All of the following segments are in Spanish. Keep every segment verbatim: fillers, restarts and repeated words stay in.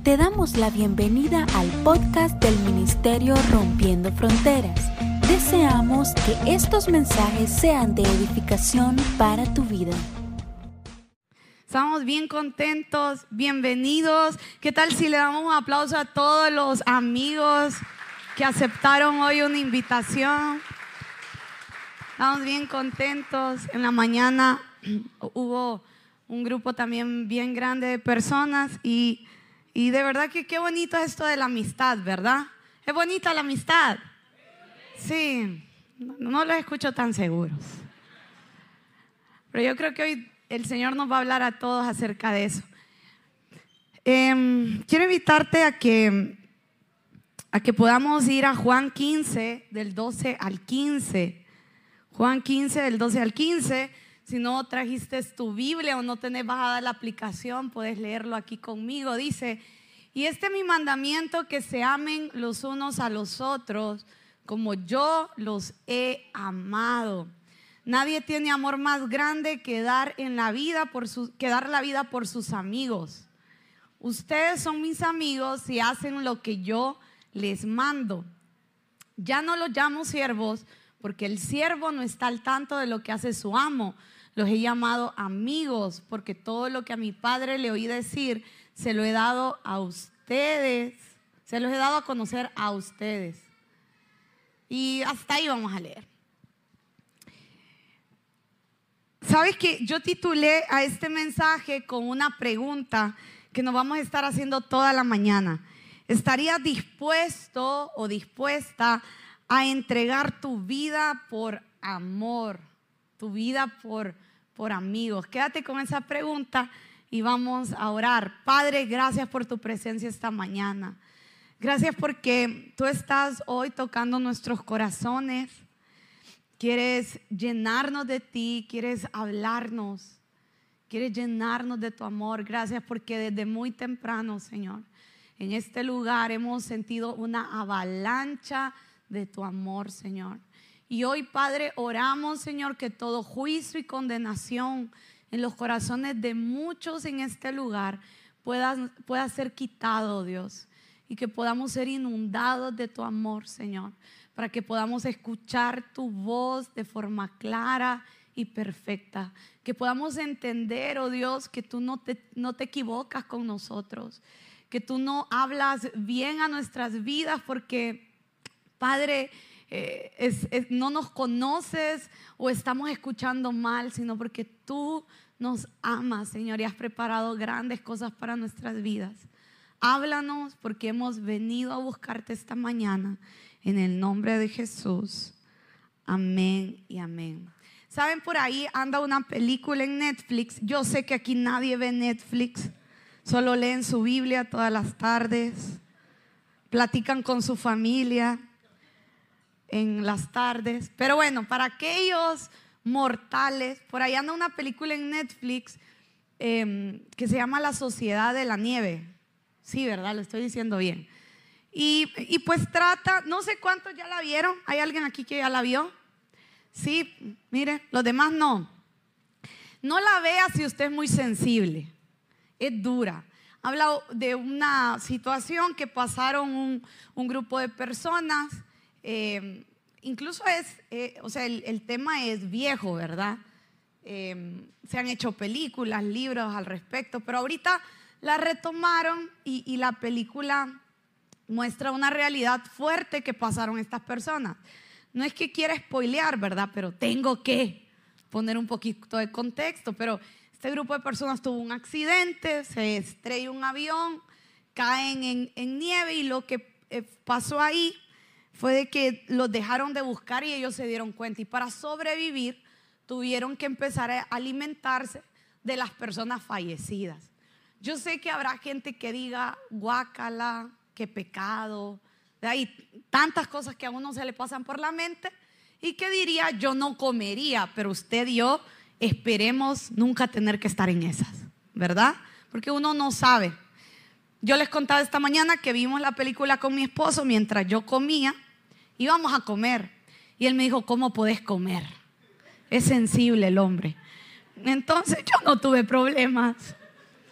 Te damos la bienvenida al podcast del Ministerio Rompiendo Fronteras. Deseamos que estos mensajes sean de edificación para tu vida. Estamos bien contentos, bienvenidos. ¿Qué tal si le damos un aplauso a todos los amigos que aceptaron hoy una invitación? Estamos bien contentos. En la mañana hubo un grupo también bien grande de personas y, y de verdad que qué bonito es esto de la amistad, ¿verdad? ¿Es bonita la amistad? Sí, no, no los escucho tan seguros. Pero yo creo que hoy el Señor nos va a hablar a todos acerca de eso. Eh, quiero invitarte a que, a que podamos ir a Juan quince, del doce al quince. Juan quince, del doce al quince. Si no trajiste tu Biblia o no tenés bajada la aplicación, puedes leerlo aquí conmigo. Dice: y este es mi mandamiento, que se amen los unos a los otros como yo los he amado. Nadie tiene amor más grande que dar en la vida por su, que dar la vida por sus amigos. Ustedes son mis amigos si hacen lo que yo les mando. Ya no los llamo siervos, porque el siervo no está al tanto de lo que hace su amo. Los he llamado amigos, porque todo lo que a mi Padre le oí decir, se lo he dado a ustedes. Se los he dado a conocer a ustedes. Y hasta ahí vamos a leer. ¿Sabes qué? Yo titulé a este mensaje con una pregunta que nos vamos a estar haciendo toda la mañana. ¿Estarías dispuesto o dispuesta a entregar tu vida por amor? Tu vida por, por amigos. Quédate con esa pregunta y vamos a orar. Padre, gracias por tu presencia esta mañana. Gracias porque tú estás hoy tocando nuestros corazones. Quieres llenarnos de ti, quieres hablarnos, quieres llenarnos de tu amor. Gracias porque desde muy temprano, Señor, en este lugar hemos sentido una avalancha de tu amor, Señor. Y hoy, Padre, oramos, Señor, que todo juicio y condenación en los corazones de muchos en este lugar pueda, pueda ser quitado, Dios, y que podamos ser inundados de tu amor, Señor, para que podamos escuchar tu voz de forma clara y perfecta, que podamos entender, oh Dios, que tú no te, no te equivocas con nosotros, que tú no hablas bien a nuestras vidas porque, Padre, eh, es, es, no nos conoces o estamos escuchando mal, sino porque tú nos amas, Señor, y has preparado grandes cosas para nuestras vidas. Háblanos porque hemos venido a buscarte esta mañana. En el nombre de Jesús, amén y amén. ¿Saben? Por ahí anda una película en Netflix. Yo sé que aquí nadie ve Netflix. Solo leen su Biblia todas las tardes. Platican con su familia en las tardes. Pero bueno, para aquellos mortales, por ahí anda una película en Netflix eh, que se llama La Sociedad de la Nieve. Sí, ¿verdad? Lo estoy diciendo bien. Y, y pues trata, no sé cuántos ya la vieron. ¿Hay alguien aquí que ya la vio? Sí, mire, los demás no. No la vea si usted es muy sensible. Es dura. Habla de una situación que pasaron un, un grupo de personas. Eh, incluso es, eh, o sea, el, el tema es viejo, ¿verdad? Eh, se han hecho películas, libros al respecto, pero ahorita la retomaron y, y la película muestra una realidad fuerte que pasaron estas personas. No es que quiera spoilear, ¿verdad? Pero tengo que poner un poquito de contexto. Pero este grupo de personas tuvo un accidente, se estrella un avión, caen en, en nieve y lo que eh, pasó ahí fue de que los dejaron de buscar y ellos se dieron cuenta. Y para sobrevivir tuvieron que empezar a alimentarse de las personas fallecidas. Yo sé que habrá gente que diga, guácala, qué pecado. Hay tantas cosas que a uno se le pasan por la mente y que diría, yo no comería, pero usted y yo esperemos nunca tener que estar en esas, ¿verdad? Porque uno no sabe. Yo les contaba esta mañana que vimos la película con mi esposo mientras yo comía, íbamos a comer y él me dijo, ¿cómo podés comer? Es sensible el hombre. Entonces yo no tuve problemas.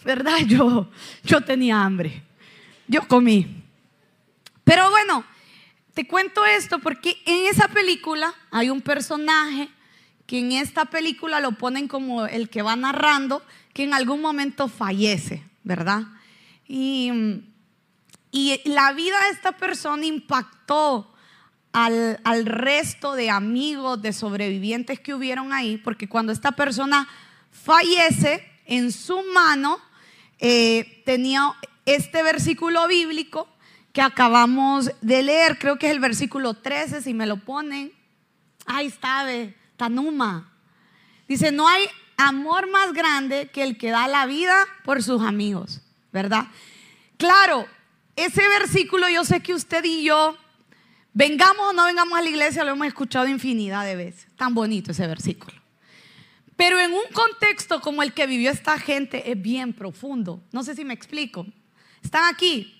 ¿verdad? Yo, yo tenía hambre, yo comí. Pero bueno, te cuento esto porque en esa película hay un personaje que en esta película lo ponen como el que va narrando, que en algún momento fallece, ¿verdad? Y, y la vida de esta persona impactó al, al resto de amigos, de sobrevivientes que hubieron ahí, porque cuando esta persona fallece, en su mano eh, tenía este versículo bíblico que acabamos de leer, creo que es el versículo trece, si me lo ponen. Ahí está, de Tanuma. Dice, no hay amor más grande que el que da la vida por sus amigos, ¿verdad? Claro, ese versículo yo sé que usted y yo, vengamos o no vengamos a la iglesia, lo hemos escuchado infinidad de veces. Tan bonito ese versículo. Pero en un contexto como el que vivió esta gente es bien profundo. No sé si me explico. ¿Están aquí?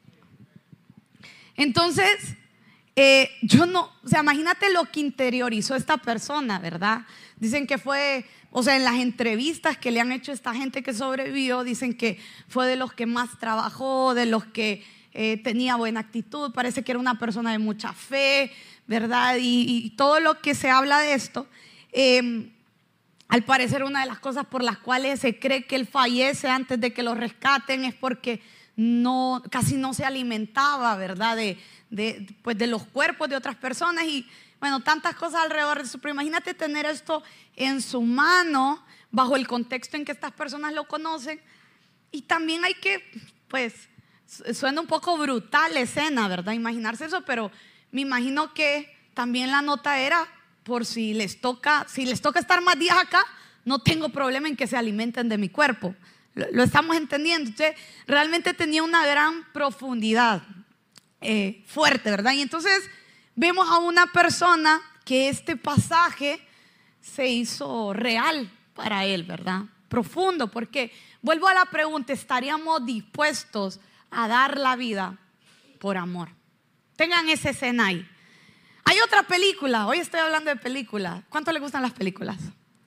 Entonces, eh, yo no, o sea, imagínate lo que interiorizó esta persona, ¿verdad? Dicen que fue, o sea, en las entrevistas que le han hecho a esta gente que sobrevivió, dicen que fue de los que más trabajó, de los que eh, tenía buena actitud, parece que era una persona de mucha fe, ¿verdad? Y, y todo lo que se habla de esto, eh, al parecer una de las cosas por las cuales se cree que él fallece antes de que lo rescaten es porque no, casi no se alimentaba, ¿verdad? De, de, pues de los cuerpos de otras personas y bueno, tantas cosas alrededor de eso. Pero imagínate tener esto en su mano bajo el contexto en que estas personas lo conocen. Y también hay que, pues, suena un poco brutal la escena, ¿verdad? Imaginarse eso, pero me imagino que también la nota era por si les toca, si les toca estar más días acá, no tengo problema en que se alimenten de mi cuerpo. Lo, lo estamos entendiendo. Usted realmente tenía una gran profundidad eh, fuerte, ¿verdad? Y entonces vemos a una persona que este pasaje se hizo real para él, ¿verdad? Profundo, porque vuelvo a la pregunta, ¿estaríamos dispuestos a dar la vida por amor? Tengan esa escena ahí. Hay otra película, hoy estoy hablando de películas. ¿Cuánto le gustan las películas?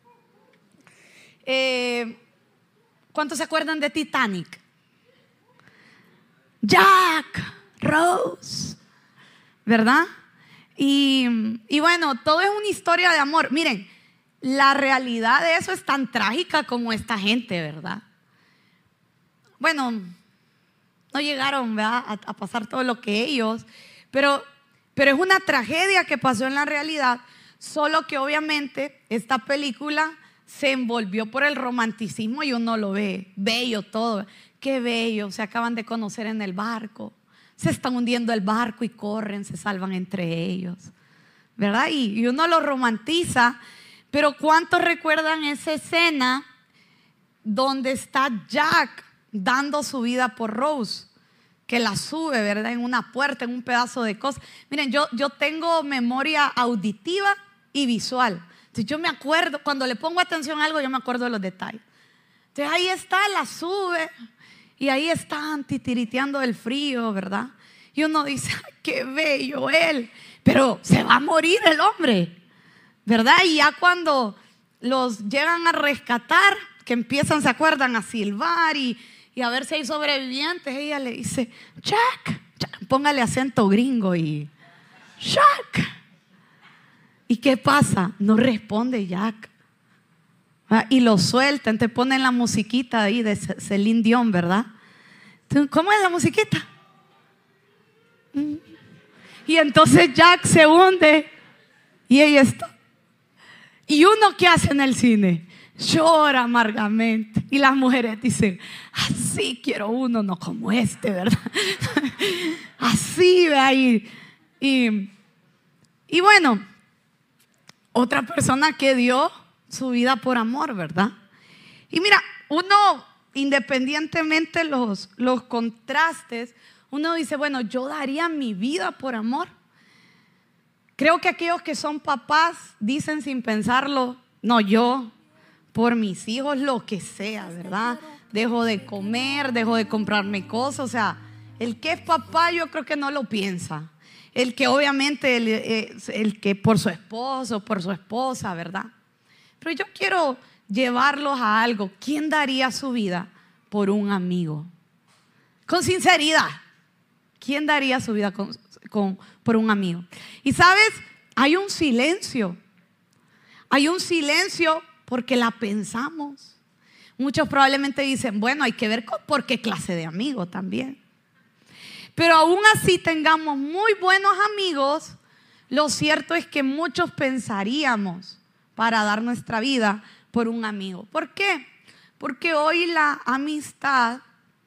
Eh, ¿Cuántos se acuerdan de Titanic? Jack, Rose, ¿verdad? Y, y bueno, todo es una historia de amor. Miren, la realidad de eso es tan trágica como esta gente, ¿verdad? Bueno, no llegaron, ¿verdad?, a, a pasar todo lo que ellos, pero, pero es una tragedia que pasó en la realidad, solo que obviamente esta película se envolvió por el romanticismo y uno lo ve, bello todo, qué bello, se acaban de conocer en el barco, se está hundiendo el barco y corren, se salvan entre ellos, ¿verdad? Y, y uno lo romantiza, pero ¿cuántos recuerdan esa escena donde está Jack dando su vida por Rose? Que la sube, ¿verdad? En una puerta, en un pedazo de cosa. Miren, yo, yo tengo memoria auditiva y visual. Entonces yo me acuerdo, cuando le pongo atención a algo, yo me acuerdo de los detalles. Entonces ahí está, la sube y ahí están titiriteando del frío, ¿verdad? Y uno dice, ay, qué bello él, pero se va a morir el hombre, ¿verdad? Y ya cuando los llegan a rescatar, que empiezan, ¿se acuerdan?, a silbar y, y a ver si hay sobrevivientes, ella le dice, Jack, Jack, póngale acento gringo y Jack. ¿Y qué pasa? No responde Jack. Y lo sueltan, te ponen la musiquita ahí de Celine Dion, ¿verdad? ¿Cómo es la musiquita? Y entonces Jack se hunde y ella está. ¿Y uno qué hace en el cine? Llora amargamente. Y las mujeres dicen, así quiero uno, no como este, ¿verdad? Así, ve ahí. Y, y bueno, otra persona que dio su vida por amor, ¿verdad? Y mira, uno, independientemente los, los contrastes, uno dice, bueno, yo daría mi vida por amor. Creo que aquellos que son papás dicen sin pensarlo, no, yo por mis hijos lo que sea, ¿verdad? Dejo de comer, dejo de comprarme cosas. O sea, el que es papá yo creo que no lo piensa. El que obviamente, el, el, el que por su esposo, por su esposa, ¿verdad? Pero yo quiero llevarlos a algo. ¿Quién daría su vida por un amigo? Con sinceridad, ¿quién daría su vida con, con, por un amigo? Y sabes, hay un silencio. Hay un silencio porque la pensamos. Muchos probablemente dicen, bueno, hay que ver con, por qué clase de amigo también. Pero aún así tengamos muy buenos amigos, lo cierto es que muchos pensaríamos para dar nuestra vida por un amigo. ¿Por qué? Porque hoy la amistad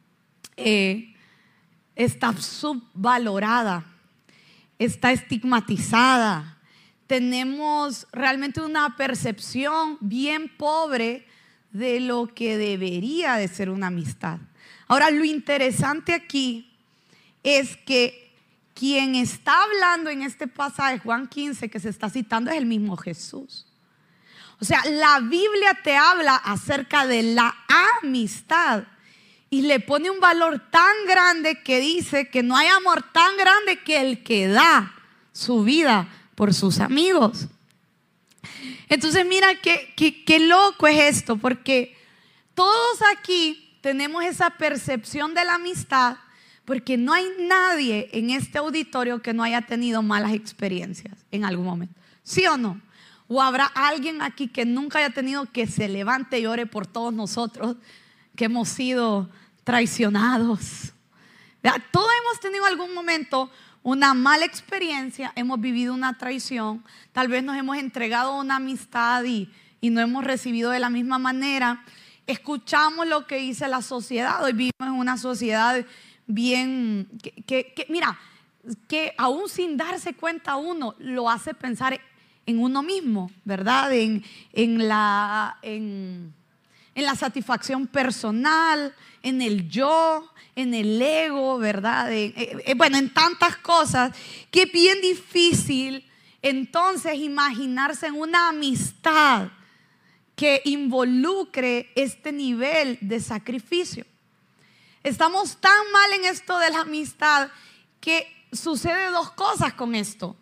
eh, está subvalorada, está estigmatizada. Tenemos realmente una percepción bien pobre de lo que debería de ser una amistad. Ahora, lo interesante aquí es que quien está hablando en este pasaje, Juan quince, que se está citando, es el mismo Jesús. O sea, la Biblia te habla acerca de la amistad y le pone un valor tan grande que dice que no hay amor tan grande que el que da su vida por sus amigos. Entonces mira qué, qué, qué loco es esto, porque todos aquí tenemos esa percepción de la amistad, porque no hay nadie en este auditorio que no haya tenido malas experiencias en algún momento. ¿Sí o no? ¿O habrá alguien aquí que nunca haya tenido que se levante y ore por todos nosotros que hemos sido traicionados? Todos hemos tenido en algún momento una mala experiencia, hemos vivido una traición, tal vez nos hemos entregado a una amistad y, y no hemos recibido de la misma manera. Escuchamos lo que dice la sociedad. Hoy vivimos en una sociedad bien, que, que, que mira, que aún sin darse cuenta uno lo hace pensar en uno mismo, ¿verdad? En, en, la, en, en la satisfacción personal, en el yo, en el ego, ¿verdad? En, eh, bueno, en tantas cosas que es bien difícil entonces imaginarse en una amistad que involucre este nivel de sacrificio. Estamos tan mal en esto de la amistad que sucede dos cosas con esto.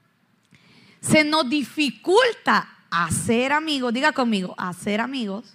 Se nos dificulta hacer amigos, diga conmigo, hacer amigos.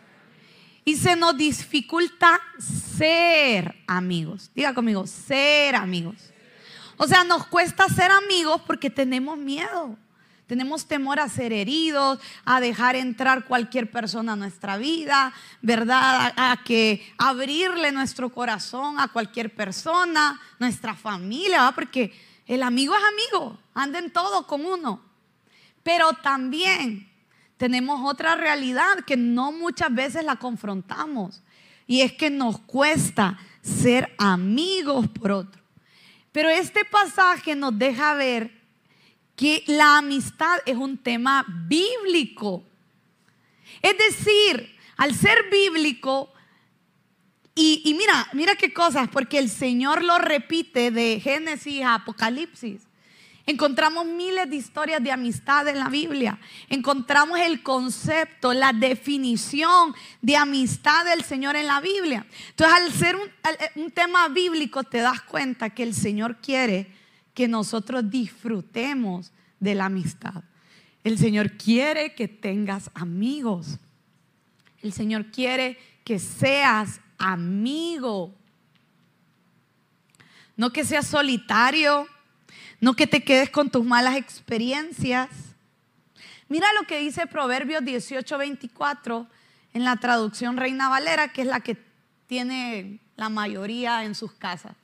Y se nos dificulta ser amigos. Diga conmigo, ser amigos. O sea, nos cuesta ser amigos porque tenemos miedo. Tenemos temor a ser heridos, a dejar entrar cualquier persona a nuestra vida, ¿verdad? A, a que abrirle nuestro corazón a cualquier persona, nuestra familia, ¿verdad? Porque el amigo es amigo, anda en todo con uno. Pero también tenemos otra realidad que no muchas veces la confrontamos, y es que nos cuesta ser amigos por otro. Pero este pasaje nos deja ver que la amistad es un tema bíblico. Es decir, al ser bíblico, y, y mira, mira qué cosas, porque el Señor lo repite de Génesis a Apocalipsis. Encontramos miles de historias de amistad en la Biblia. Encontramos el concepto, la definición de amistad del Señor en la Biblia. Entonces, al ser un, un tema bíblico, te das cuenta que el Señor quiere que nosotros disfrutemos de la amistad. El Señor quiere que tengas amigos. El Señor quiere que seas amigo. No que seas solitario. No que te quedes con tus malas experiencias. Mira lo que dice Proverbios dieciocho veinticuatro en la traducción Reina Valera, que es la que tiene la mayoría en sus casas.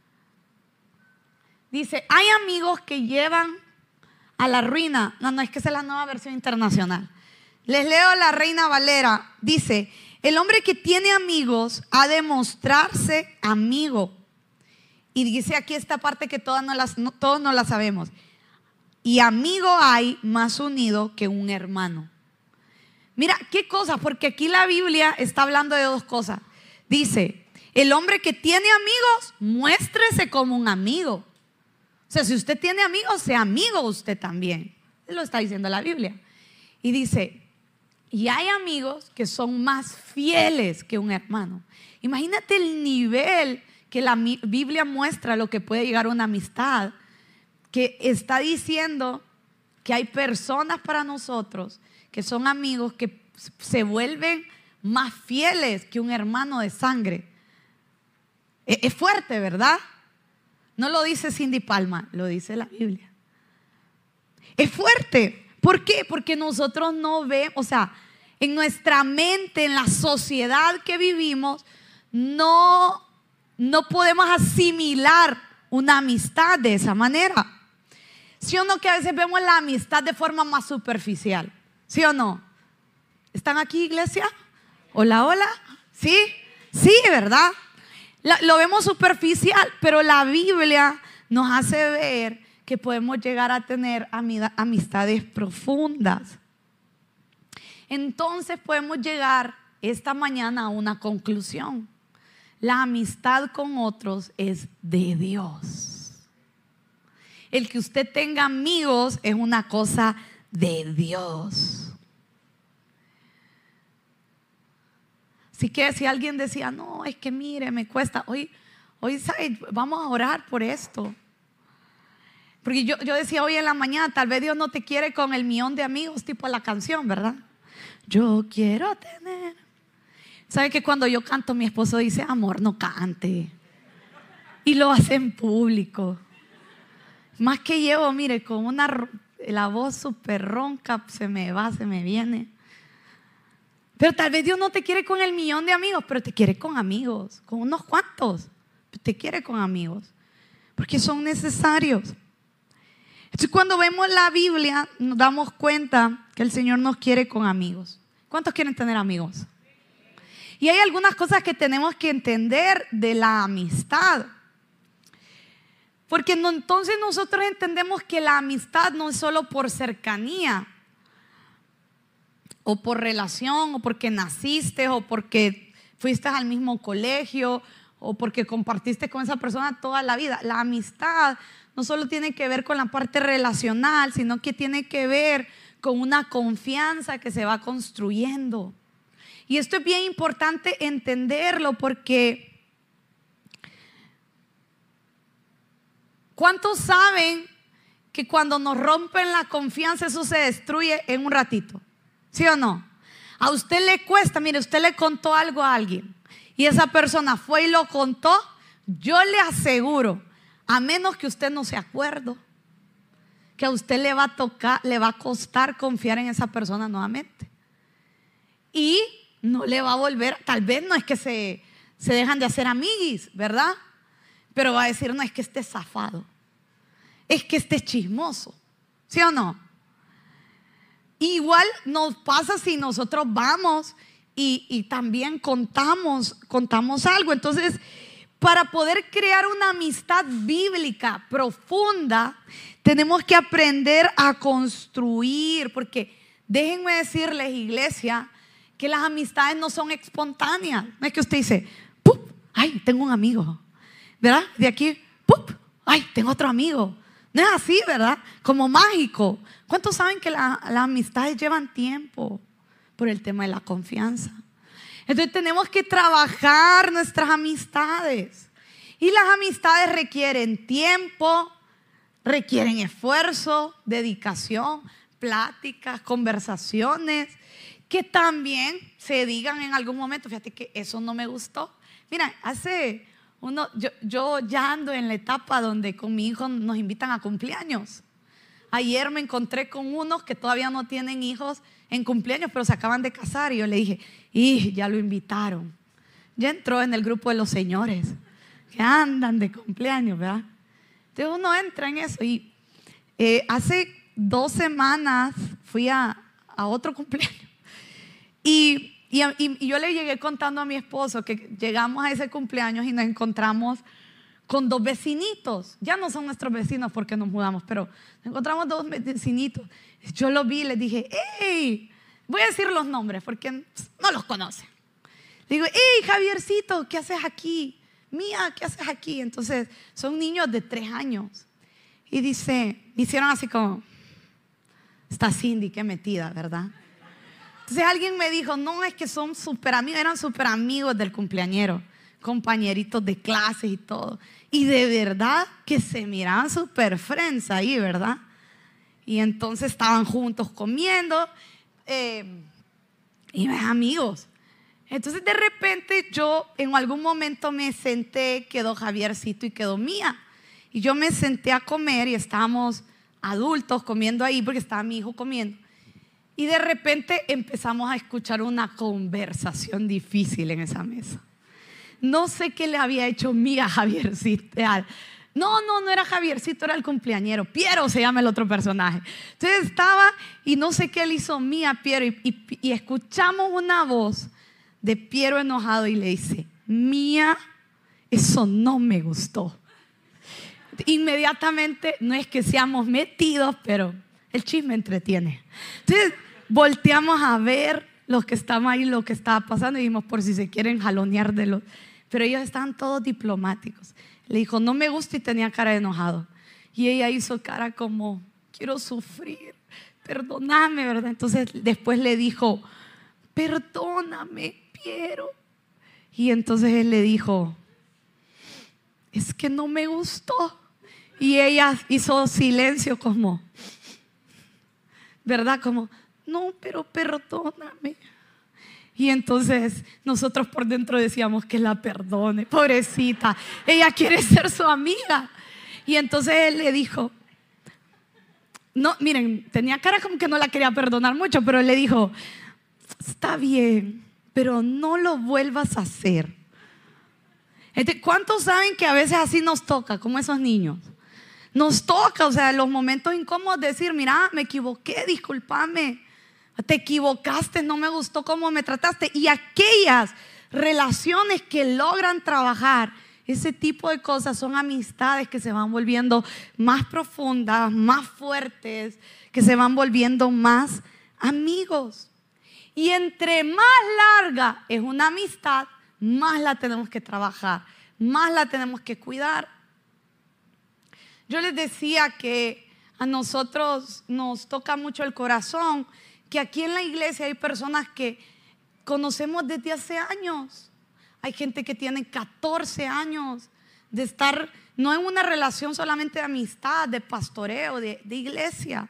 Dice, hay amigos que llevan a la ruina. No, no, es que esa es la nueva versión internacional. Les leo la Reina Valera. Dice, el hombre que tiene amigos ha de mostrarse amigo. Y dice aquí esta parte que todas no las, no, todos no la sabemos. Y amigo hay más unido que un hermano. Mira, qué cosa, porque aquí la Biblia está hablando de dos cosas. Dice, el hombre que tiene amigos, muéstrese como un amigo. O sea, si usted tiene amigos, sea amigo usted también. Lo está diciendo la Biblia. Y dice, y hay amigos que son más fieles que un hermano. Imagínate el nivel que la Biblia muestra lo que puede llegar a una amistad, que está diciendo que hay personas para nosotros que son amigos que se vuelven más fieles que un hermano de sangre. Es fuerte, ¿verdad? No lo dice Cindy Palma, lo dice la Biblia. Es fuerte. ¿Por qué? Porque nosotros no vemos, o sea, en nuestra mente, en la sociedad que vivimos, no, no podemos asimilar una amistad de esa manera. ¿Sí o no que a veces vemos la amistad de forma más superficial? ¿Sí o no? ¿Están aquí, iglesia? Hola, hola. ¿Sí? Sí, ¿verdad? La, lo vemos superficial, pero la Biblia nos hace ver que podemos llegar a tener amistades profundas. Entonces podemos llegar esta mañana a una conclusión. La amistad con otros es de Dios. El que usted tenga amigos es una cosa de Dios. Así que si alguien decía, no, es que mire, me cuesta, hoy, hoy ¿sabe? Vamos a orar por esto. Porque yo, yo decía hoy en la mañana, tal vez Dios no te quiere con el millón de amigos, tipo la canción, ¿verdad? Yo quiero tener. ¿Sabe que cuando yo canto, mi esposo dice, amor, no cante? Y lo hace en público. Más que llevo, mire, con una, la voz súper ronca, se me va, se me viene. Pero tal vez Dios no te quiere con el millón de amigos, pero te quiere con amigos, con unos cuantos. Te quiere con amigos, porque son necesarios. Entonces, cuando vemos la Biblia, nos damos cuenta que el Señor nos quiere con amigos. ¿Cuántos quieren tener amigos? Y hay algunas cosas que tenemos que entender de la amistad. Porque no, entonces nosotros entendemos que la amistad no es solo por cercanía, o por relación, o porque naciste, o porque fuiste al mismo colegio, o porque compartiste con esa persona toda la vida. La amistad no solo tiene que ver con la parte relacional, sino que tiene que ver con una confianza que se va construyendo. Y esto es bien importante entenderlo, porque ¿cuántos saben que cuando nos rompen la confianza eso se destruye en un ratito? ¿Sí o no? A usted le cuesta, mire, usted le contó algo a alguien y esa persona fue y lo contó. Yo le aseguro, a menos que usted no se acuerde, que a usted le va a tocar, le va a costar confiar en esa persona nuevamente. Y no le va a volver, tal vez no es que se, se dejan de hacer amiguis, ¿verdad? Pero va a decir, no, es que esté zafado, es que esté chismoso, ¿sí o no? Igual nos pasa si nosotros vamos y, y también contamos, contamos algo. Entonces, para poder crear una amistad bíblica profunda, tenemos que aprender a construir. Porque déjenme decirles, iglesia, que las amistades no son espontáneas. No es que usted dice, ¡pup! ¡Ay, tengo un amigo! ¿Verdad? De aquí, ¡pup! ¡Ay, tengo otro amigo! No es así, ¿verdad? Como mágico. ¿Cuántos saben que la, las amistades llevan tiempo por el tema de la confianza? Entonces tenemos que trabajar nuestras amistades. Y las amistades requieren tiempo, requieren esfuerzo, dedicación, pláticas, conversaciones, que también se digan en algún momento, fíjate que eso no me gustó. Mira, hace uno, yo, yo ya ando en la etapa donde con mi hijo nos invitan a cumpleaños. Ayer me encontré con unos que todavía no tienen hijos en cumpleaños, pero se acaban de casar. Y yo le dije, y ya lo invitaron. Ya entró en el grupo de los señores que andan de cumpleaños, ¿verdad? Entonces uno entra en eso. Y eh, hace dos semanas fui a, a otro cumpleaños. Y, y, y yo le llegué contando a mi esposo que llegamos a ese cumpleaños y nos encontramos con dos vecinitos. Ya no son nuestros vecinos porque nos mudamos, pero nos encontramos dos vecinitos. Yo los vi y les dije, hey, voy a decir los nombres porque no los conocen. Le digo, hey, Javiercito, ¿qué haces aquí? Mía, ¿qué haces aquí? Entonces son niños de tres años. Y dice, me hicieron así como, está Cindy, qué metida, ¿verdad? Entonces alguien me dijo, no, es que son súper amigos, eran súper amigos del cumpleañero, compañeritos de clases y todo. Y de verdad que se miraban súper friends ahí, ¿verdad? Y entonces estaban juntos comiendo eh, y mis amigos. Entonces de repente yo en algún momento me senté, quedó Javiercito y quedó Mía. Y yo me senté a comer y estábamos adultos comiendo ahí porque estaba mi hijo comiendo. Y de repente empezamos a escuchar una conversación difícil en esa mesa. No sé qué le había hecho Mía a Javiercito. No, no, no era Javiercito, era el cumpleañero. Piero se llama el otro personaje. Entonces estaba y no sé qué le hizo Mía a Piero. Y, y, y escuchamos una voz de Piero enojado y le dice: Mía, eso no me gustó. Inmediatamente, no es que seamos metidos, pero el chisme entretiene. Entonces volteamos a ver los que estaban ahí, lo que estaba pasando, y dijimos, por si se quieren jalonear de los... Pero ellos estaban todos diplomáticos. Le dijo, no me gusta, y tenía cara de enojado. Y ella hizo cara como, quiero sufrir, perdóname, ¿verdad? Entonces después le dijo, perdóname, Piero. Y entonces él le dijo, es que no me gustó. Y ella hizo silencio como, ¿verdad? Como, no, pero perdóname. Y entonces nosotros por dentro decíamos que la perdone, pobrecita, ella quiere ser su amiga. Y entonces él le dijo, no, miren, tenía cara como que no la quería perdonar mucho, pero él le dijo, está bien, pero no lo vuelvas a hacer. Este, ¿cuántos saben que a veces así nos toca, como esos niños? Nos toca, o sea, los momentos incómodos decir, mira, me equivoqué, discúlpame, te equivocaste, no me gustó cómo me trataste. Y aquellas relaciones que logran trabajar ese tipo de cosas son amistades que se van volviendo más profundas, más fuertes, que se van volviendo más amigos. Y entre más larga es una amistad, más la tenemos que trabajar, más la tenemos que cuidar. Yo les decía que a nosotros nos toca mucho el corazón, que aquí en la iglesia hay personas que conocemos desde hace años. Hay gente que tiene catorce años de estar, no en una relación solamente de amistad, de pastoreo, de, de iglesia.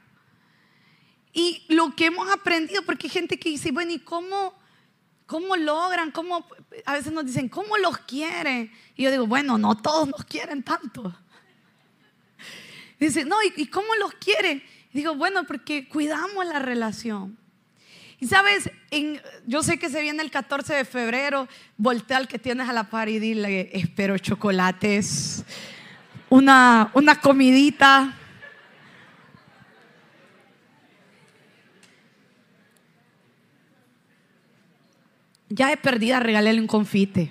Y lo que hemos aprendido, porque hay gente que dice, bueno, ¿y cómo, cómo logran? ¿Cómo? A veces nos dicen, ¿cómo los quieren? Y yo digo, bueno, no todos nos quieren tanto. Dice, no, ¿y, y cómo los quieren? Y digo, bueno, porque cuidamos la relación. Y sabes, en, yo sé que se viene el catorce de febrero, voltea al que tienes a la par y dile, espero chocolates, una, una comidita. Ya de perdida regálale un confite.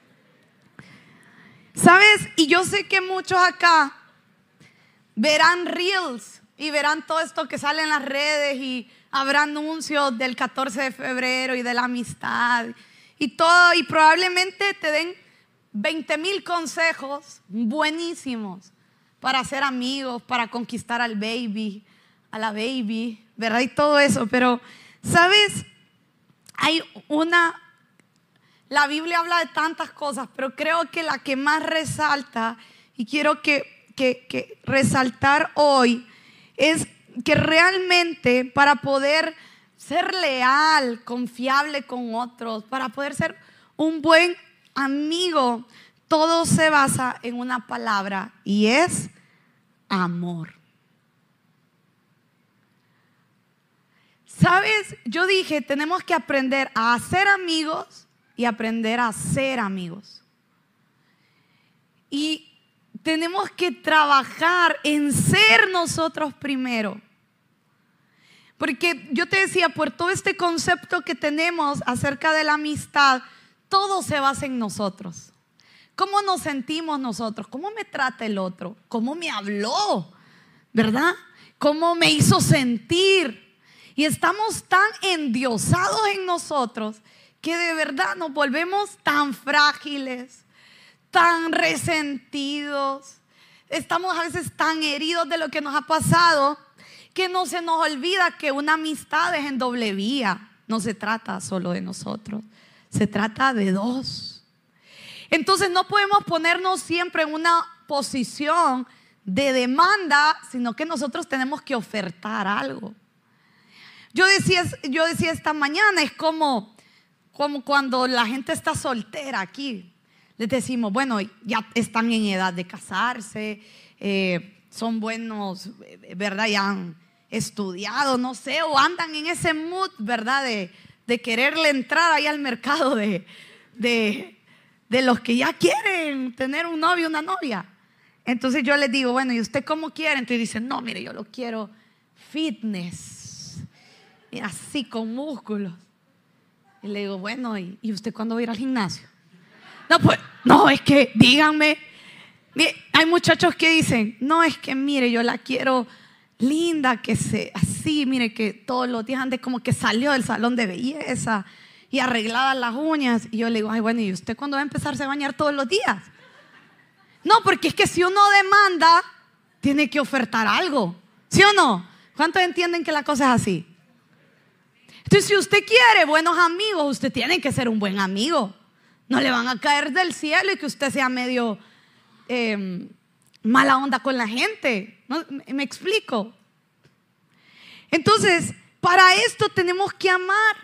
¿Sabes? Y yo sé que muchos acá verán reels y verán todo esto que sale en las redes y habrá anuncios del catorce de febrero y de la amistad y todo, y probablemente te den veinte mil consejos buenísimos para ser amigos, para conquistar al baby, a la baby, ¿verdad? Y todo eso. Pero ¿sabes? Hay una, la Biblia habla de tantas cosas, pero creo que la que más resalta, y quiero que Que, que resaltar hoy, es que realmente para poder ser leal, confiable con otros, para poder ser un buen amigo, todo se basa en una palabra, y es amor. ¿Sabes? Yo dije, tenemos que aprender a hacer amigos y aprender a ser amigos. Y tenemos que trabajar en ser nosotros primero. Porque yo te decía, por todo este concepto que tenemos acerca de la amistad, todo se basa en nosotros. ¿Cómo nos sentimos nosotros? ¿Cómo me trata el otro? ¿Cómo me habló? ¿Verdad? ¿Cómo me hizo sentir? Y estamos tan endiosados en nosotros que de verdad nos volvemos tan frágiles, tan resentidos, estamos a veces tan heridos de lo que nos ha pasado, que no se nos olvida que una amistad es en doble vía. No se trata solo de nosotros, se trata de dos. Entonces no podemos ponernos siempre en una posición de demanda, sino que nosotros tenemos que ofertar algo. Yo decía, yo decía esta mañana, es como como cuando la gente está soltera aquí. Les decimos, bueno, ya están en edad de casarse, eh, son buenos, ¿verdad? Ya han estudiado, no sé, o andan en ese mood, ¿verdad? De, de quererle entrar ahí al mercado de, de, de los que ya quieren tener un novio, una novia. Entonces yo les digo, bueno, ¿y usted cómo quiere? Entonces dicen, no, mire, yo lo quiero fitness, así con músculos. Y le digo, bueno, ¿y, ¿y usted cuándo va a ir al gimnasio? No, pues, no, es que, díganme, mire, hay muchachos que dicen, no, es que mire, yo la quiero linda, que se, así, mire, que todos los días antes como que salió del salón de belleza y arregladas las uñas. Y yo le digo, ay, bueno, ¿y usted cuándo va a empezarse a bañar todos los días? No, porque es que si uno demanda, tiene que ofertar algo, ¿sí o no? ¿Cuántos entienden que la cosa es así? Entonces, si usted quiere buenos amigos, usted tiene que ser un buen amigo. No le van a caer del cielo y que usted sea medio eh, mala onda con la gente. ¿No? ¿Me explico? Entonces, para esto tenemos que amar.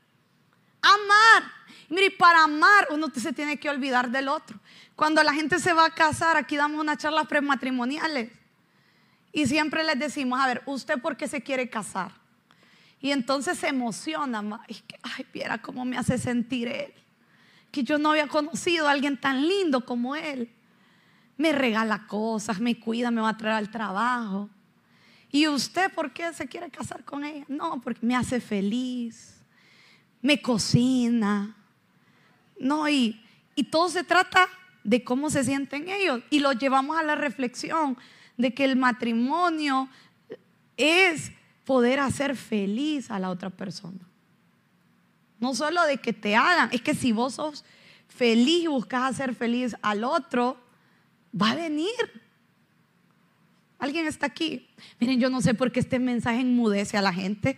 Amar. Y mire, para amar uno se tiene que olvidar del otro. Cuando la gente se va a casar, aquí damos unas charlas prematrimoniales. Y siempre les decimos, a ver, ¿usted por qué se quiere casar? Y entonces se emociona. Es que, ay, viera cómo me hace sentir él. Que yo no había conocido a alguien tan lindo como él. Me regala cosas, me cuida, me va a traer al trabajo. ¿Y usted por qué se quiere casar con ella? No, porque me hace feliz, me cocina. No, y, y todo se trata de cómo se sienten ellos. Y lo llevamos a la reflexión de que el matrimonio es poder hacer feliz a la otra persona. No solo de que te hagan, es que si vos sos feliz y buscas hacer feliz al otro, va a venir. ¿Alguien está aquí? Miren, yo no sé por qué este mensaje enmudece a la gente.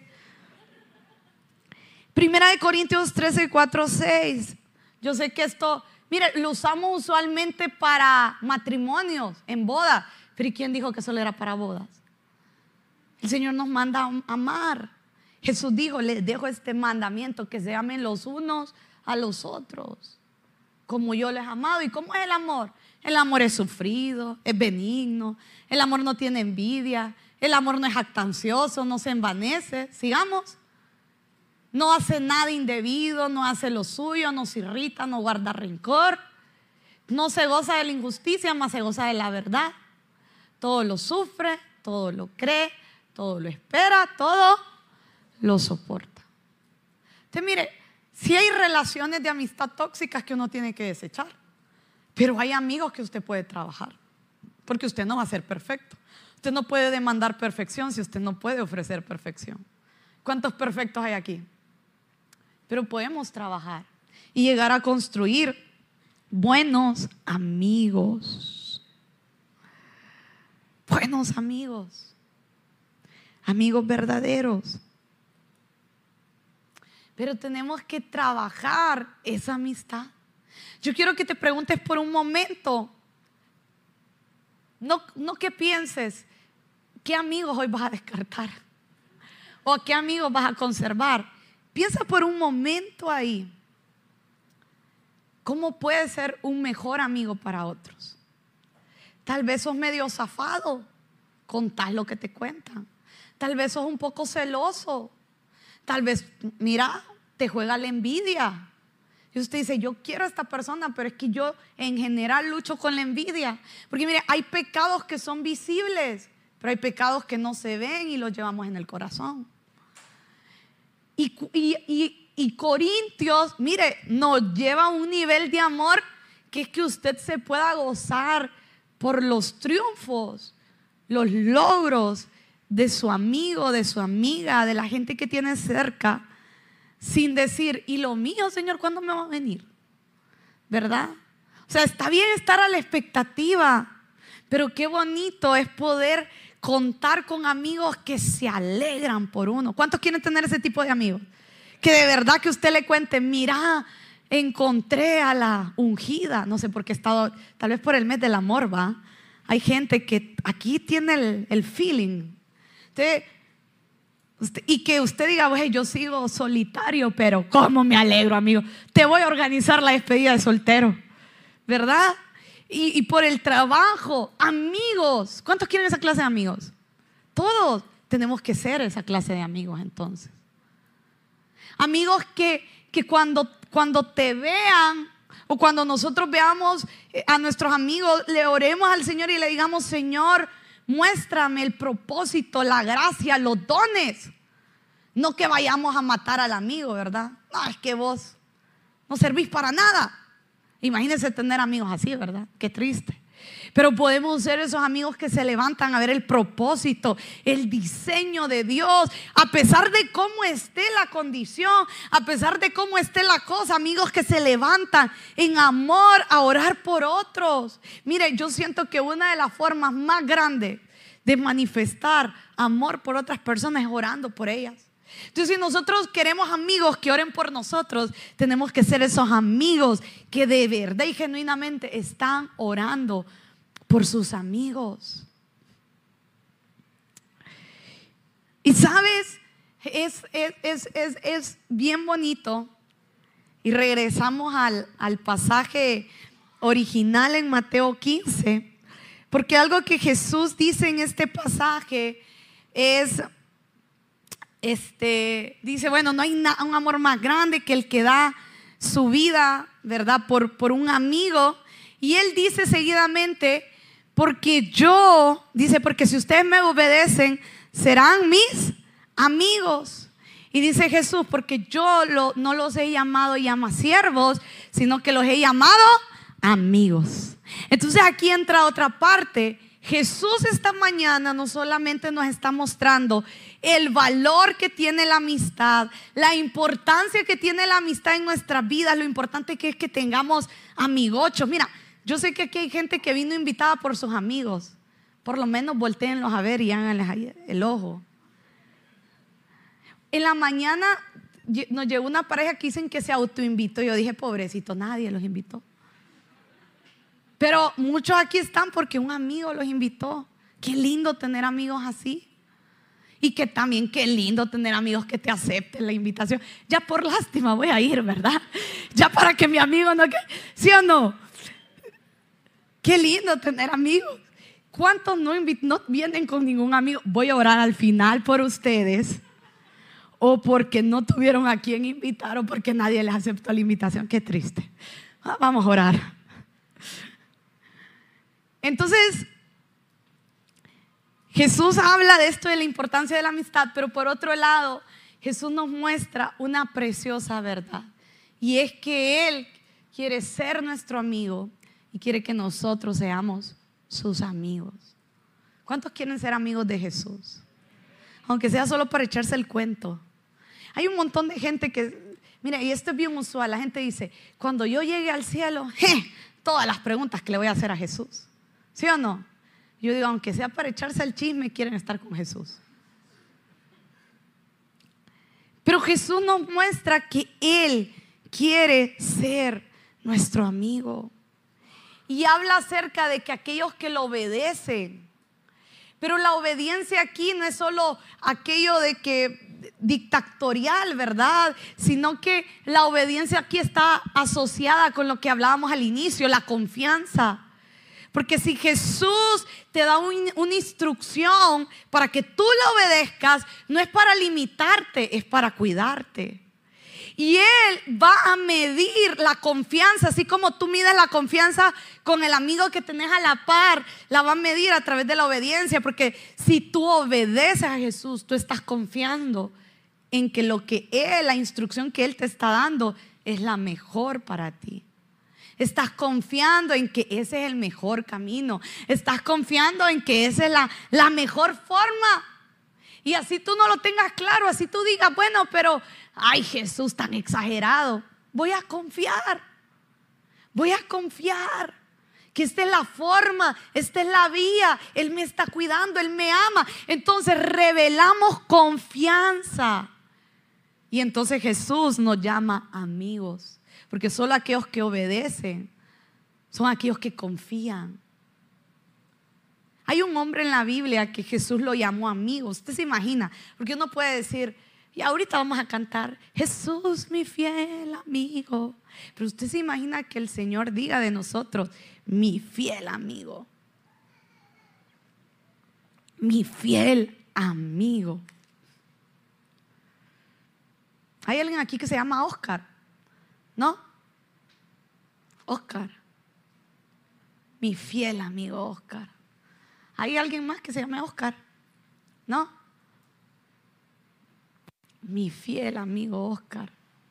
Primera de Corintios trece, cuatro, seis. Yo sé que esto, mire, lo usamos usualmente para matrimonios, en bodas. Pero ¿y quién dijo que solo era para bodas? El Señor nos manda a amar. Jesús dijo, les dejo este mandamiento, que se amen los unos a los otros, como yo les he amado. ¿Y cómo es el amor? El amor es sufrido, es benigno. El amor no tiene envidia. El amor no es jactancioso, no se envanece. Sigamos. No hace nada indebido, no hace lo suyo, no se irrita, no guarda rencor. No se goza de la injusticia, más se goza de la verdad. Todo lo sufre, todo lo cree, todo lo espera, todo lo soporta. Entonces, mire, si hay relaciones de amistad tóxicas que uno tiene que desechar, pero hay amigos que usted puede trabajar, porque usted no va a ser perfecto. Usted no puede demandar perfección si usted no puede ofrecer perfección. ¿Cuántos perfectos hay aquí? Pero podemos trabajar y llegar a construir buenos amigos. Buenos amigos. Amigos verdaderos. Pero tenemos que trabajar esa amistad. Yo quiero que te preguntes por un momento, no, no que pienses, ¿qué amigos hoy vas a descartar? ¿O a qué amigos vas a conservar? Piensa por un momento ahí, ¿cómo puedes ser un mejor amigo para otros? Tal vez sos medio zafado, contás lo que te cuentan. Tal vez sos un poco celoso. Tal vez, mira, te juega la envidia. Y usted dice, yo quiero a esta persona, pero es que yo en general lucho con la envidia. Porque mire, hay pecados que son visibles, pero hay pecados que no se ven y los llevamos en el corazón. Y, y, y, y Corintios, mire, nos lleva a un nivel de amor que es que usted se pueda gozar por los triunfos, los logros de su amigo, de su amiga, de la gente que tiene cerca, sin decir, ¿y lo mío, Señor, cuándo me va a venir? ¿Verdad? O sea, está bien estar a la expectativa, pero qué bonito es poder contar con amigos que se alegran por uno. ¿Cuántos quieren tener ese tipo de amigos? Que de verdad que usted le cuente, mira, encontré a la ungida. No sé por qué he estado, tal vez por el mes del amor, ¿va? Hay gente que aquí tiene el, el feeling. Entonces, Usted, y que usted diga, "Oye, yo sigo solitario, pero cómo me alegro, amigo. Te voy a organizar la despedida de soltero", ¿verdad? Y, y por el trabajo, amigos. ¿Cuántos quieren esa clase de amigos? Todos tenemos que ser esa clase de amigos entonces. Amigos que, que cuando, cuando te vean o cuando nosotros veamos a nuestros amigos, le oremos al Señor y le digamos, Señor, muéstrame el propósito, la gracia, los dones. No que vayamos a matar al amigo, ¿verdad? No, es que vos no servís para nada. Imagínense tener amigos así, ¿verdad? Qué triste. Pero podemos ser esos amigos que se levantan a ver el propósito, el diseño de Dios, a pesar de cómo esté la condición, a pesar de cómo esté la cosa. Amigos que se levantan en amor a orar por otros. Mire, yo siento que una de las formas más grandes de manifestar amor por otras personas es orando por ellas. Entonces, si nosotros queremos amigos que oren por nosotros, tenemos que ser esos amigos que de verdad y genuinamente están orando por sus amigos. Y sabes, es, es, es, es, es bien bonito. Y regresamos al, al pasaje original en Mateo quince, porque algo que Jesús dice en este pasaje es... Este, dice, bueno, no hay na- un amor más grande que el que da su vida, ¿verdad? Por, por un amigo. Y él dice seguidamente, porque yo, dice, porque si ustedes me obedecen, serán mis amigos. Y dice Jesús, porque yo lo, no los he llamado llama siervos, sino que los he llamado amigos. Entonces aquí entra otra parte. Jesús esta mañana no solamente nos está mostrando el valor que tiene la amistad, la importancia que tiene la amistad en nuestras vidas, lo importante que es que tengamos amigochos. Mira, yo sé que aquí hay gente que vino invitada por sus amigos. Por lo menos voltéenlos a ver y háganles ahí el ojo. En la mañana nos llegó una pareja que dicen que se autoinvitó. Yo dije, pobrecito, nadie los invitó. Pero muchos aquí están porque un amigo los invitó. Qué lindo tener amigos así. Y que también qué lindo tener amigos que te acepten la invitación. Ya por lástima voy a ir, ¿verdad? Ya para que mi amigo no... ¿Sí o no? Qué lindo tener amigos. ¿Cuántos no, invit- no vienen con ningún amigo? Voy a orar al final por ustedes. O porque no tuvieron a quien invitar o porque nadie les aceptó la invitación. Qué triste. Ah, vamos a orar. Entonces, Jesús habla de esto, de la importancia de la amistad, pero por otro lado, Jesús nos muestra una preciosa verdad. Y es que Él quiere ser nuestro amigo y quiere que nosotros seamos sus amigos. ¿Cuántos quieren ser amigos de Jesús? Aunque sea solo para echarse el cuento. Hay un montón de gente que, mira, y esto es bien usual, la gente dice, cuando yo llegue al cielo, je, todas las preguntas que le voy a hacer a Jesús. ¿Sí o no? Yo digo, aunque sea para echarse el chisme, quieren estar con Jesús. Pero Jesús nos muestra que Él quiere ser nuestro amigo. Y habla acerca de que aquellos que lo obedecen. Pero la obediencia aquí no es solo aquello de que dictatorial, ¿verdad? Sino que la obediencia aquí está asociada con lo que hablábamos al inicio, la confianza. Porque si Jesús te da un, una instrucción para que tú la obedezcas, no es para limitarte, es para cuidarte. Y Él va a medir la confianza, así como tú mides la confianza con el amigo que tenés a la par, la va a medir a través de la obediencia. Porque si tú obedeces a Jesús, tú estás confiando en que lo que Él, la instrucción que Él te está dando es la mejor para ti. Estás confiando en que ese es el mejor camino. Estás confiando en que esa es la, la mejor forma. Y así tú no lo tengas claro, así tú digas, bueno, pero, ay, Jesús tan exagerado. Voy a confiar. Voy a confiar que esta es la forma, esta es la vía. Él me está cuidando, Él me ama. Entonces revelamos confianza. Y entonces Jesús nos llama amigos. Porque solo aquellos que obedecen son aquellos que confían. Hay un hombre en la Biblia que Jesús lo llamó amigo. Usted se imagina, porque uno puede decir, y ahorita vamos a cantar, Jesús mi fiel amigo. Pero usted se imagina que el Señor diga de nosotros, mi fiel amigo. Mi fiel amigo. ¿Hay alguien aquí que se llama Oscar? ¿No? Oscar. Mi fiel amigo Oscar. ¿Hay alguien más que se llame Oscar? ¿No? Mi fiel amigo Oscar.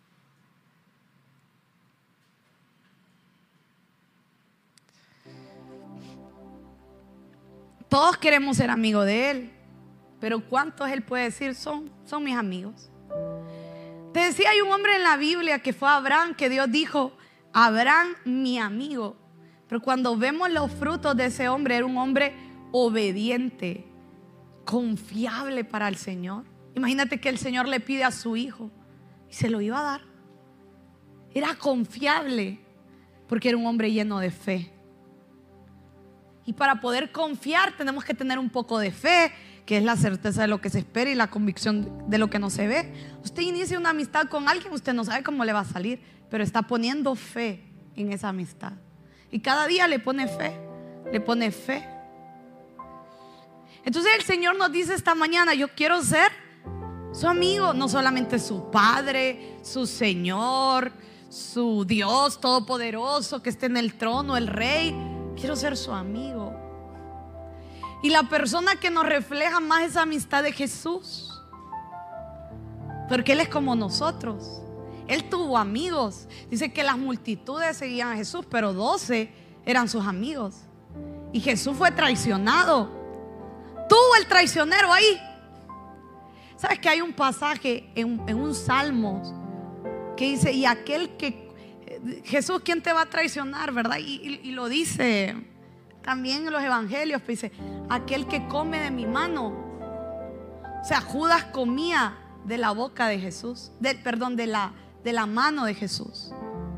Todos queremos ser amigos de Él, pero ¿cuántos Él puede decir son, son mis amigos? Te decía, hay un hombre en la Biblia que fue Abraham, que Dios dijo, Abraham mi amigo. Pero cuando vemos los frutos de ese hombre, era un hombre obediente, confiable para el Señor. Imagínate que el Señor le pide a su hijo y se lo iba a dar. Era confiable porque era un hombre lleno de fe. Y para poder confiar tenemos que tener un poco de fe, que es la certeza de lo que se espera y la convicción de lo que no se ve. Usted inicia una amistad con alguien, usted no sabe cómo le va a salir, pero está poniendo fe en esa amistad. Y cada día le pone fe, le pone fe. Entonces el Señor nos dice esta mañana, yo quiero ser su amigo, no solamente su Padre, su Señor, su Dios todopoderoso que esté en el trono, el Rey. Quiero ser su amigo. Y la persona que nos refleja más esa amistad de Jesús, porque Él es como nosotros. Él tuvo amigos. Dice que las multitudes seguían a Jesús, pero doce eran sus amigos. Y Jesús fue traicionado. Tuvo el traicionero ahí. ¿Sabes que hay un pasaje en, en un salmo que dice, y aquel que Jesús, ¿quién te va a traicionar? ¿Verdad? Y, y, y lo dice también en los evangelios, pues dice, aquel que come de mi mano. O sea, Judas comía de la boca de Jesús, de, perdón, de la, de la mano de Jesús.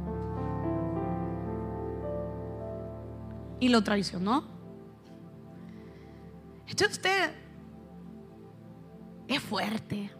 Y lo traicionó. Entonces usted es fuerte.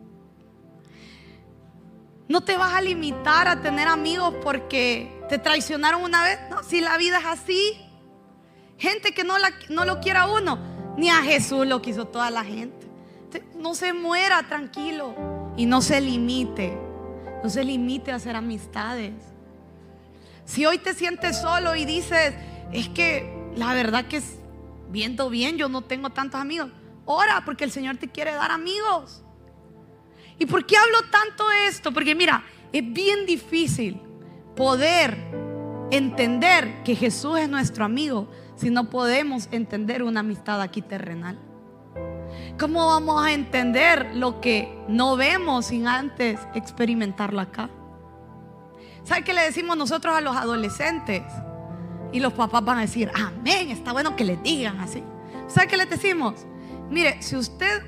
No te vas a limitar a tener amigos porque te traicionaron una vez. No, si la vida es así. Gente que no, la, no lo quiera a uno. Ni a Jesús lo quiso toda la gente. No se muera, tranquilo. Y no se limite. No se limite a hacer amistades. Si hoy te sientes solo y dices, es que la verdad que es, viendo bien, yo no tengo tantos amigos. Ora, porque el Señor te quiere dar amigos. ¿Y por qué hablo tanto esto? Porque mira, es bien difícil poder entender que Jesús es nuestro amigo si no podemos entender una amistad aquí terrenal. ¿Cómo vamos a entender lo que no vemos sin antes experimentarlo acá? ¿Sabe qué le decimos nosotros a los adolescentes? Y los papás van a decir, amén, está bueno que les digan así. ¿Sabe qué les decimos? Mire, si usted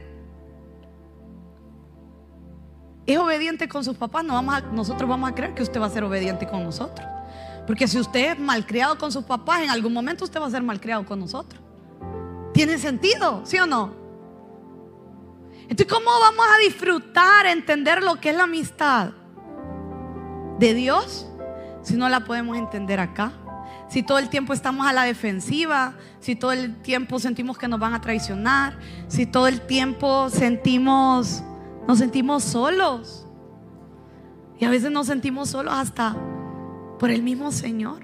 es obediente con sus papás, no vamos a, nosotros vamos a creer que usted va a ser obediente con nosotros. Porque si usted es malcriado con sus papás, en algún momento usted va a ser malcriado con nosotros. ¿Tiene sentido? ¿Sí o no? Entonces, ¿cómo vamos a disfrutar, entender lo que es la amistad de Dios si no la podemos entender acá? Si todo el tiempo estamos a la defensiva, si todo el tiempo sentimos que nos van a traicionar, si todo el tiempo sentimos, nos sentimos solos. Y a veces nos sentimos solos hasta por el mismo Señor.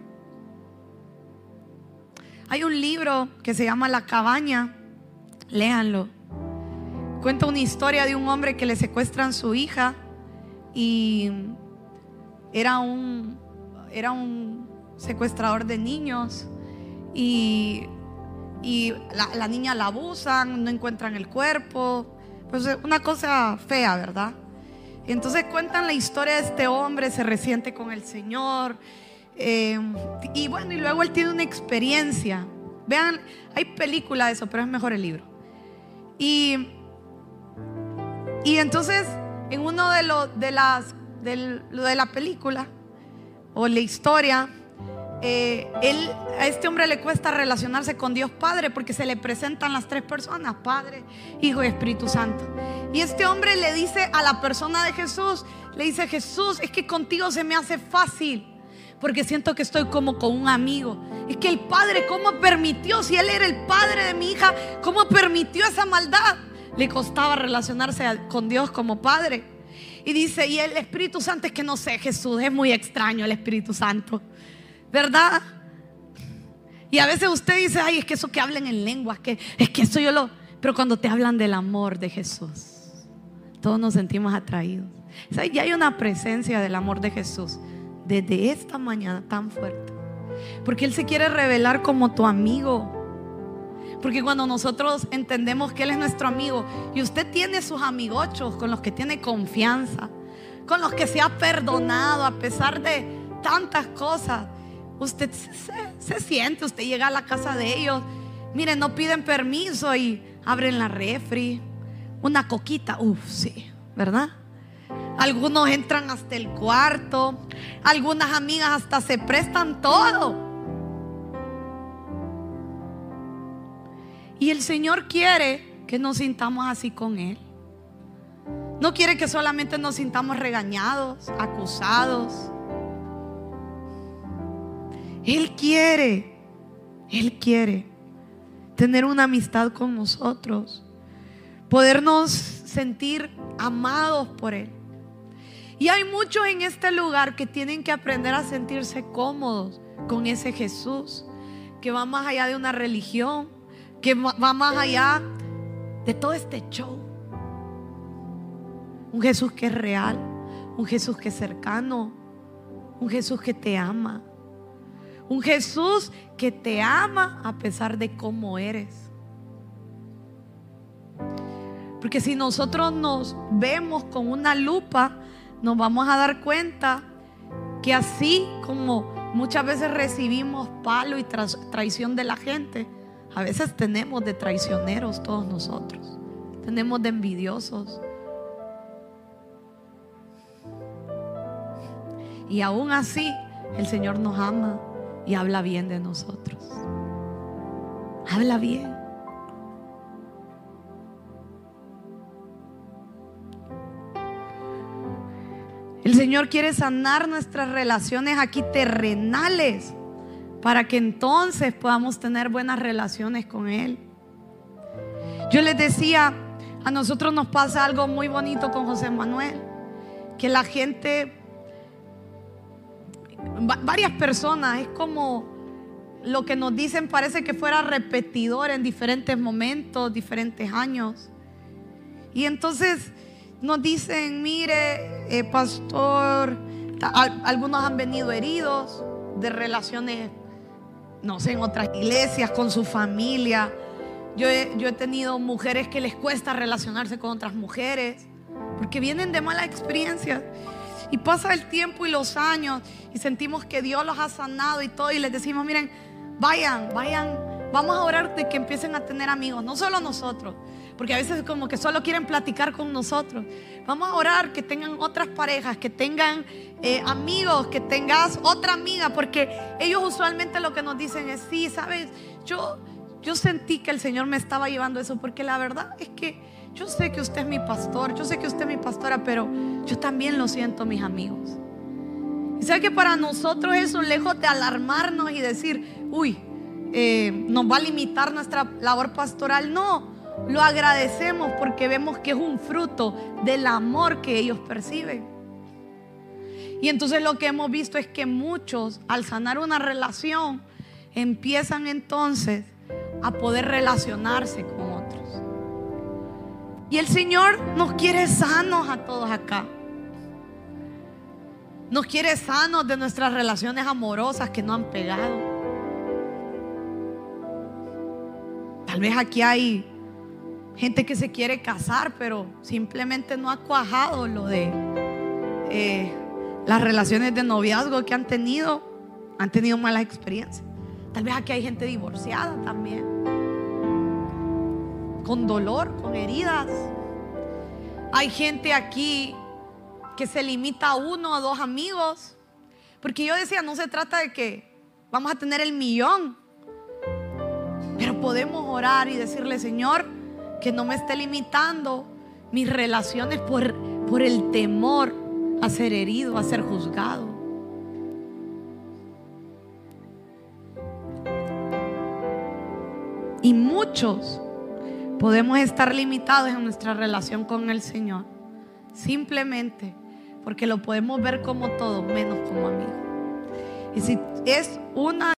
Hay un libro que se llama La Cabaña, léanlo. Cuenta una historia de un hombre que le secuestran su hija y era un, era un secuestrador de niños y, y la, la niña la abusan, no encuentran el cuerpo, pues una cosa fea, ¿verdad? Y entonces cuentan la historia de este hombre, se resiente con el Señor, eh, y bueno, y luego él tiene una experiencia. Vean, hay película de eso, pero es mejor el libro. Y, y entonces en uno de, lo, de, las, de, lo de la película o la historia, eh, él, a este hombre le cuesta relacionarse con Dios Padre porque se le presentan las tres personas: Padre, Hijo y Espíritu Santo. Y este hombre le dice a la persona de Jesús, le dice: Jesús, es que contigo se me hace fácil, porque siento que estoy como con un amigo. Es que el Padre, ¿cómo permitió? Si Él era el Padre de mi hija, ¿cómo permitió esa maldad? Le costaba relacionarse con Dios como Padre. Y dice: y el Espíritu Santo, es que no sé, Jesús, es muy extraño el Espíritu Santo, ¿verdad? Y a veces usted dice: ay, es que eso que hablan en lenguas, que, es que eso yo lo... Pero cuando te hablan del amor de Jesús, todos nos sentimos atraídos. O sea, ya hay una presencia del amor de Jesús desde esta mañana tan fuerte, porque Él se quiere revelar como tu amigo. Porque cuando nosotros entendemos que Él es nuestro amigo, y usted tiene sus amigochos con los que tiene confianza, con los que se ha perdonado a pesar de tantas cosas, usted se, se, se siente, usted llega a la casa de ellos, miren, no piden permiso y abren la refri, una coquita, uff, sí, ¿verdad? Algunos entran hasta el cuarto, algunas amigas hasta se prestan todo. Y el Señor quiere que nos sintamos así con Él. No quiere que solamente nos sintamos regañados, acusados. Él quiere, Él quiere tener una amistad con nosotros, podernos sentir amados por Él. Y hay muchos en este lugar que tienen que aprender a sentirse cómodos con ese Jesús que va más allá de una religión, que va más allá de todo este show. Un Jesús que es real, un Jesús que es cercano, un Jesús que te ama, un Jesús que te ama a pesar de cómo eres. Porque si nosotros nos vemos con una lupa, nos vamos a dar cuenta que así como muchas veces recibimos palo y tra- traición de la gente, a veces tenemos de traicioneros todos nosotros, tenemos de envidiosos. Y aún así el Señor nos ama y habla bien de nosotros. Habla bien. El Señor quiere sanar nuestras relaciones aquí terrenales, para que entonces podamos tener buenas relaciones con Él. Yo les decía, a nosotros nos pasa algo muy bonito con José Manuel, que la gente, varias personas, es como lo que nos dicen, parece que fuera repetidor en diferentes momentos, diferentes años. Y entonces nos dicen: mire, eh, pastor, al, algunos han venido heridos de relaciones, no sé, en otras iglesias, con su familia. Yo he, yo he tenido mujeres que les cuesta relacionarse con otras mujeres porque vienen de malas experiencias. Y pasa el tiempo y los años y sentimos que Dios los ha sanado y todo, y les decimos: miren, vayan, vayan, vamos a orar de que empiecen a tener amigos, no solo nosotros, porque a veces como que solo quieren platicar con nosotros. Vamos a orar que tengan otras parejas, que tengan eh, amigos, que tengas otra amiga, porque ellos usualmente lo que nos dicen es: sí, sabes, yo, yo sentí que el Señor me estaba llevando eso, porque la verdad es que yo sé que usted es mi pastor, yo sé que usted es mi pastora, pero yo también lo siento, mis amigos. Y sabe que para nosotros eso, lejos de alarmarnos y decir: uy, eh, nos va a limitar nuestra labor pastoral, no. Lo agradecemos porque vemos que es un fruto del amor que ellos perciben. Y entonces lo que hemos visto es que muchos, al sanar una relación, empiezan entonces a poder relacionarse con otros. Y el Señor nos quiere sanos a todos acá. Nos quiere sanos de nuestras relaciones amorosas que no han pegado. Tal vez aquí hay gente que se quiere casar, pero simplemente no ha cuajado lo de eh, las relaciones de noviazgo que han tenido. Han tenido malas experiencias. Tal vez aquí hay gente divorciada también, con dolor, con heridas. Hay gente aquí que se limita a uno o dos amigos, porque yo decía, no se trata de que vamos a tener el millón. Pero podemos orar y decirle: Señor, que no me esté limitando mis relaciones por, por el temor a ser herido, a ser juzgado. Y muchos podemos estar limitados en nuestra relación con el Señor, simplemente porque lo podemos ver como todo menos como amigo. Y si es una